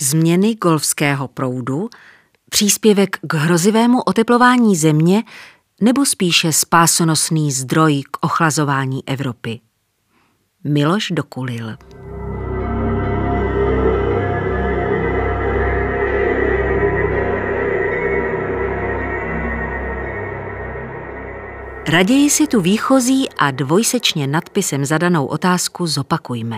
Změny golfského proudu, příspěvek k hrozivému oteplování země nebo spíše spásonosný zdroj k ochlazování Evropy. Miloš Dokulil. Raději si tu výchozí a dvojsečně nadpisem zadanou otázku zopakujme.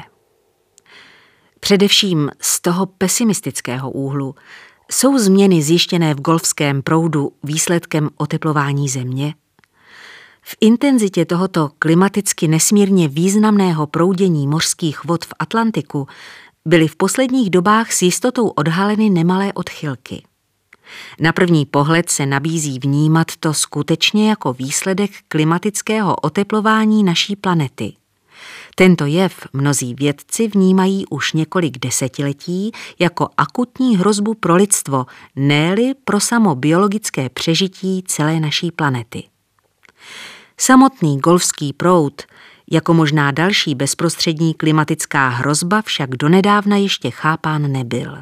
Především z toho pesimistického úhlu jsou změny zjištěné v golfském proudu výsledkem oteplování země? V intenzitě tohoto klimaticky nesmírně významného proudění mořských vod v Atlantiku byly v posledních dobách s jistotou odhaleny nemalé odchylky. Na první pohled se nabízí vnímat to skutečně jako výsledek klimatického oteplování naší planety. Tento jev mnozí vědci vnímají už několik desetiletí jako akutní hrozbu pro lidstvo, ne-li pro samo biologické přežití celé naší planety. Samotný golfský proud, jako možná další bezprostřední klimatická hrozba, však donedávna ještě chápán nebyl.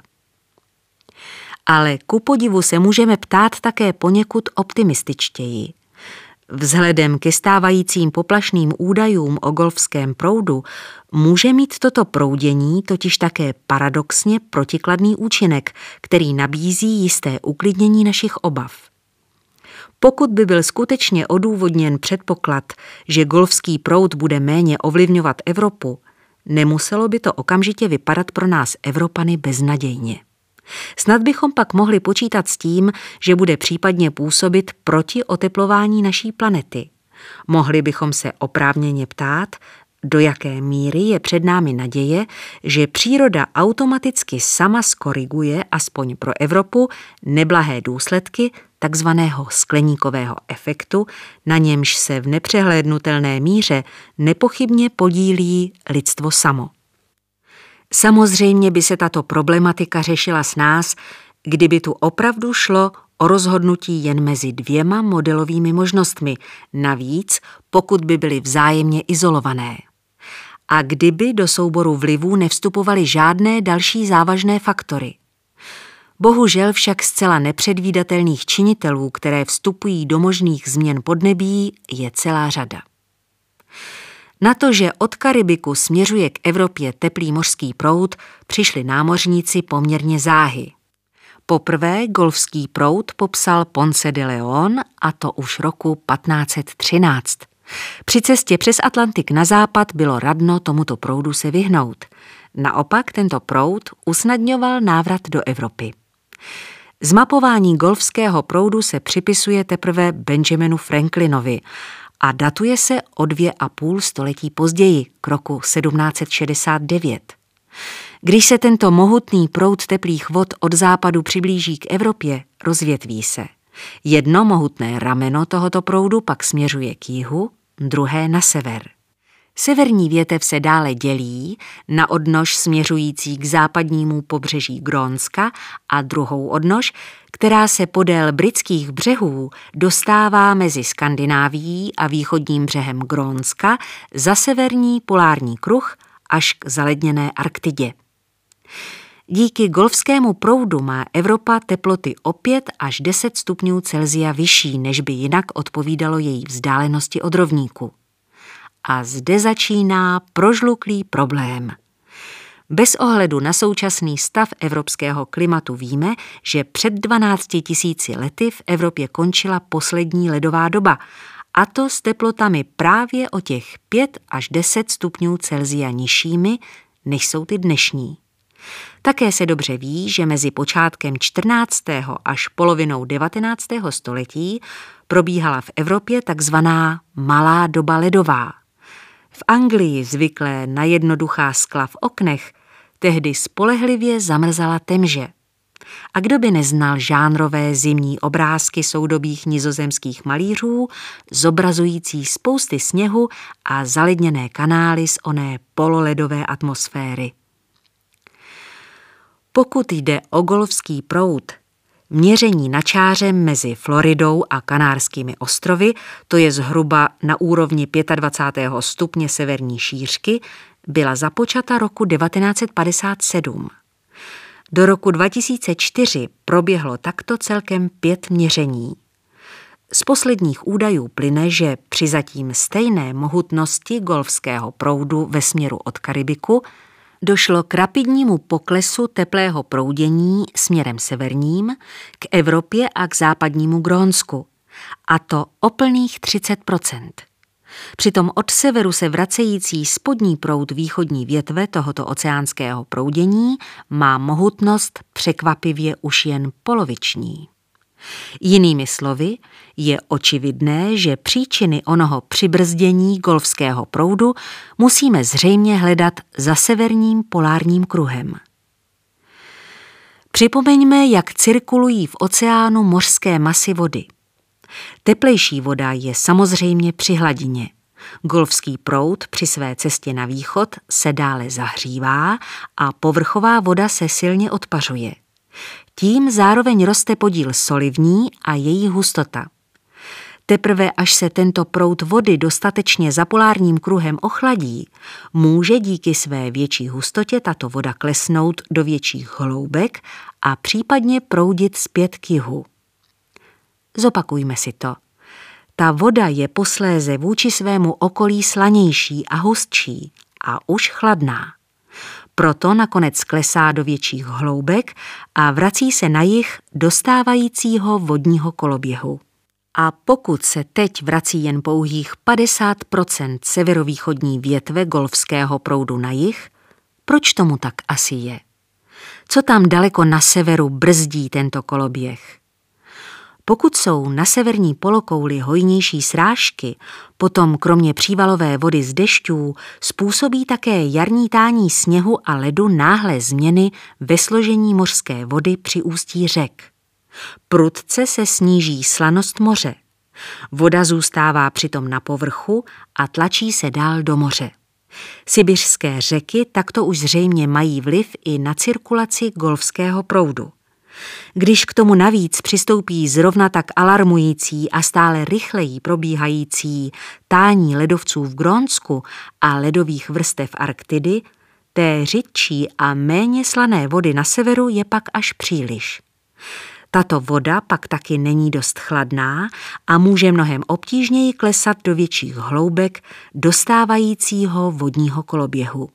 Ale ku podivu se můžeme ptát také poněkud optimističtěji. Vzhledem ke stávajícím poplašným údajům o golfském proudu může mít toto proudění totiž také paradoxně protikladný účinek, který nabízí jisté uklidnění našich obav. Pokud by byl skutečně odůvodněn předpoklad, že golfský proud bude méně ovlivňovat Evropu, nemuselo by to okamžitě vypadat pro nás Evropany beznadějně. Snad bychom pak mohli počítat s tím, že bude případně působit proti oteplování naší planety. Mohli bychom se oprávněně ptát, do jaké míry je před námi naděje, že příroda automaticky sama skoriguje, aspoň pro Evropu, neblahé důsledky takzvaného skleníkového efektu, na němž se v nepřehlédnutelné míře nepochybně podílí lidstvo samo. Samozřejmě by se tato problematika řešila s nás, kdyby tu opravdu šlo o rozhodnutí jen mezi dvěma modelovými možnostmi, navíc pokud by byly vzájemně izolované. A kdyby do souboru vlivů nevstupovaly žádné další závažné faktory. Bohužel však zcela nepředvídatelných činitelů, které vstupují do možných změn podnebí, je celá řada. Na to, že od Karibiku směřuje k Evropě teplý mořský proud, přišli námořníci poměrně záhy. Poprvé golfský proud popsal Ponce de León, a to už roku 1513. Při cestě přes Atlantik na západ bylo radno tomuto proudu se vyhnout. Naopak tento proud usnadňoval návrat do Evropy. Zmapování golfského proudu se připisuje teprve Benjaminu Franklinovi a datuje se o 2,5 století později, k roku 1769. Když se tento mohutný proud teplých vod od západu přiblíží k Evropě, rozvětví se. Jedno mohutné rameno tohoto proudu pak směřuje k jihu, druhé na sever. Severní větev se dále dělí na odnož směřující k západnímu pobřeží Grónska a druhou odnož, která se podél britských břehů dostává mezi Skandinávií a východním břehem Grónska za severní polární kruh až k zaledněné Arktidě. Díky golfskému proudu má Evropa teploty o 5 až 10 stupňů Celsia vyšší, než by jinak odpovídalo její vzdálenosti od rovníku. A zde začíná prožluklý problém. Bez ohledu na současný stav evropského klimatu víme, že před 12 000 lety v Evropě končila poslední ledová doba, a to s teplotami právě o těch 5 až 10 stupňů Celsia nižšími, než jsou ty dnešní. Také se dobře ví, že mezi počátkem 14. až polovinou 19. století probíhala v Evropě takzvaná malá doba ledová. V Anglii zvyklé na jednoduchá skla v oknech tehdy spolehlivě zamrzala temže. A kdo by neznal žánrové zimní obrázky soudobých nizozemských malířů, zobrazující spousty sněhu a zaledněné kanály z oné pololedové atmosféry. Pokud jde o golfský proud, měření na čáře mezi Floridou a Kanárskými ostrovy, to je zhruba na úrovni 25. stupně severní šířky, byla započata roku 1957. Do roku 2004 proběhlo takto celkem 5 měření. Z posledních údajů plyne, že při zatím stejné mohutnosti golfského proudu ve směru od Karibiku došlo k rapidnímu poklesu teplého proudění směrem severním k Evropě a k západnímu Grónsku, a to o plných 30%. Přitom od severu se vracející spodní proud východní větve tohoto oceánského proudění má mohutnost překvapivě už jen poloviční. Jinými slovy, je očividné, že příčiny onoho přibrzdění golfského proudu musíme zřejmě hledat za severním polárním kruhem. Připomeňme, jak cirkulují v oceánu mořské masy vody. Teplejší voda je samozřejmě při hladině. Golfský proud při své cestě na východ se dále zahřívá a povrchová voda se silně odpařuje. Tím zároveň roste podíl solivní a její hustota. Teprve až se tento proud vody dostatečně za polárním kruhem ochladí, může díky své větší hustotě tato voda klesnout do větších hloubek a případně proudit zpět k jihu. Zopakujme si to. Ta voda je posléze vůči svému okolí slanější a hustší a už chladná. Proto nakonec klesá do větších hloubek a vrací se na jih do stávajícího vodního koloběhu. A pokud se teď vrací jen pouhých 50% severovýchodní větve golfského proudu na jih, proč tomu tak asi je? Co tam daleko na severu brzdí tento koloběh? Pokud jsou na severní polokouli hojnější srážky, potom kromě přívalové vody z dešťů způsobí také jarní tání sněhu a ledu náhlé změny ve složení mořské vody při ústí řek. Prudce se sníží slanost moře. Voda zůstává přitom na povrchu a tlačí se dál do moře. Sibiřské řeky takto už zřejmě mají vliv i na cirkulaci golfského proudu. Když k tomu navíc přistoupí zrovna tak alarmující a stále rychleji probíhající tání ledovců v Grónsku a ledových vrstev Arktidy, té řidčí a méně slané vody na severu je pak až příliš. Tato voda pak taky není dost chladná a může mnohem obtížněji klesat do větších hloubek dostávajícího vodního koloběhu.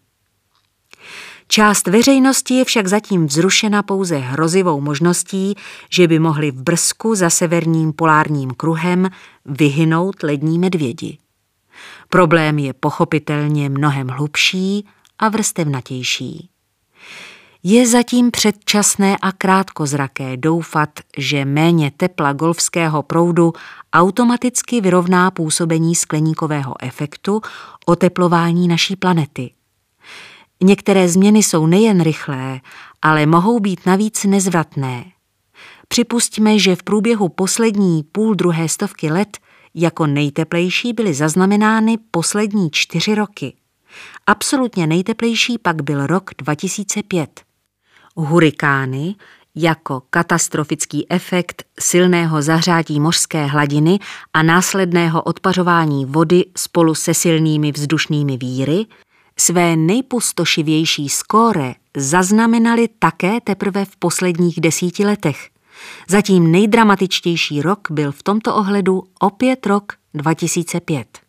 Část veřejnosti je však zatím vzrušena pouze hrozivou možností, že by mohli v Brzku za severním polárním kruhem vyhynout lední medvědi. Problém je pochopitelně mnohem hlubší a vrstevnatější. Je zatím předčasné a krátkozraké doufat, že méně tepla golfského proudu automaticky vyrovná působení skleníkového efektu oteplování naší planety. Některé změny jsou nejen rychlé, ale mohou být navíc nezvratné. Připusťme, že v průběhu poslední 1,5 stovky let jako nejteplejší byly zaznamenány poslední 4 roky. Absolutně nejteplejší pak byl rok 2005. Hurikány jako katastrofický efekt silného zahřátí mořské hladiny a následného odpařování vody spolu se silnými vzdušnými víry své nejpustošivější skóre zaznamenali také teprve v posledních 10 letech. Zatím nejdramatičtější rok byl v tomto ohledu opět rok 2005.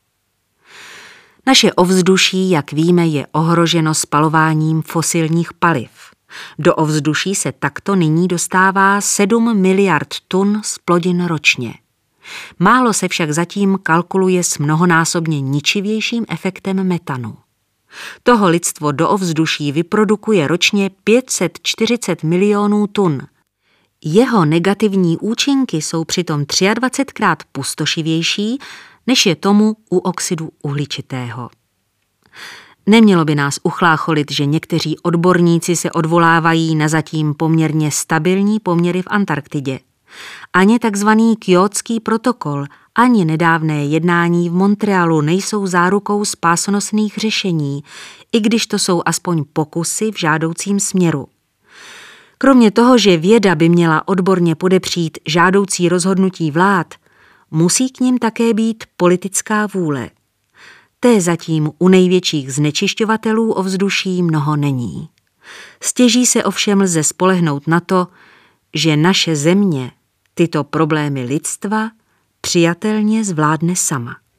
Naše ovzduší, jak víme, je ohroženo spalováním fosilních paliv. Do ovzduší se takto nyní dostává 7 miliard tun zplodin ročně. Málo se však zatím kalkuluje s mnohonásobně ničivějším efektem metanu. Toho lidstvo do ovzduší vyprodukuje ročně 540 milionů tun. Jeho negativní účinky jsou přitom 23krát pustošivější, než je tomu u oxidu uhličitého. Nemělo by nás uchlácholit, že někteří odborníci se odvolávají na zatím poměrně stabilní poměry v Antarktidě. Ani takzvaný Kjótský protokol, ani nedávné jednání v Montrealu nejsou zárukou spásonosných řešení, i když to jsou aspoň pokusy v žádoucím směru. Kromě toho, že věda by měla odborně podepřít žádoucí rozhodnutí vlád, musí k nim také být politická vůle. Té zatím u největších znečišťovatelů ovzduší mnoho není. Stěží se ovšem lze spolehnout na to, že naše země tyto problémy lidstva přijatelně zvládne sama.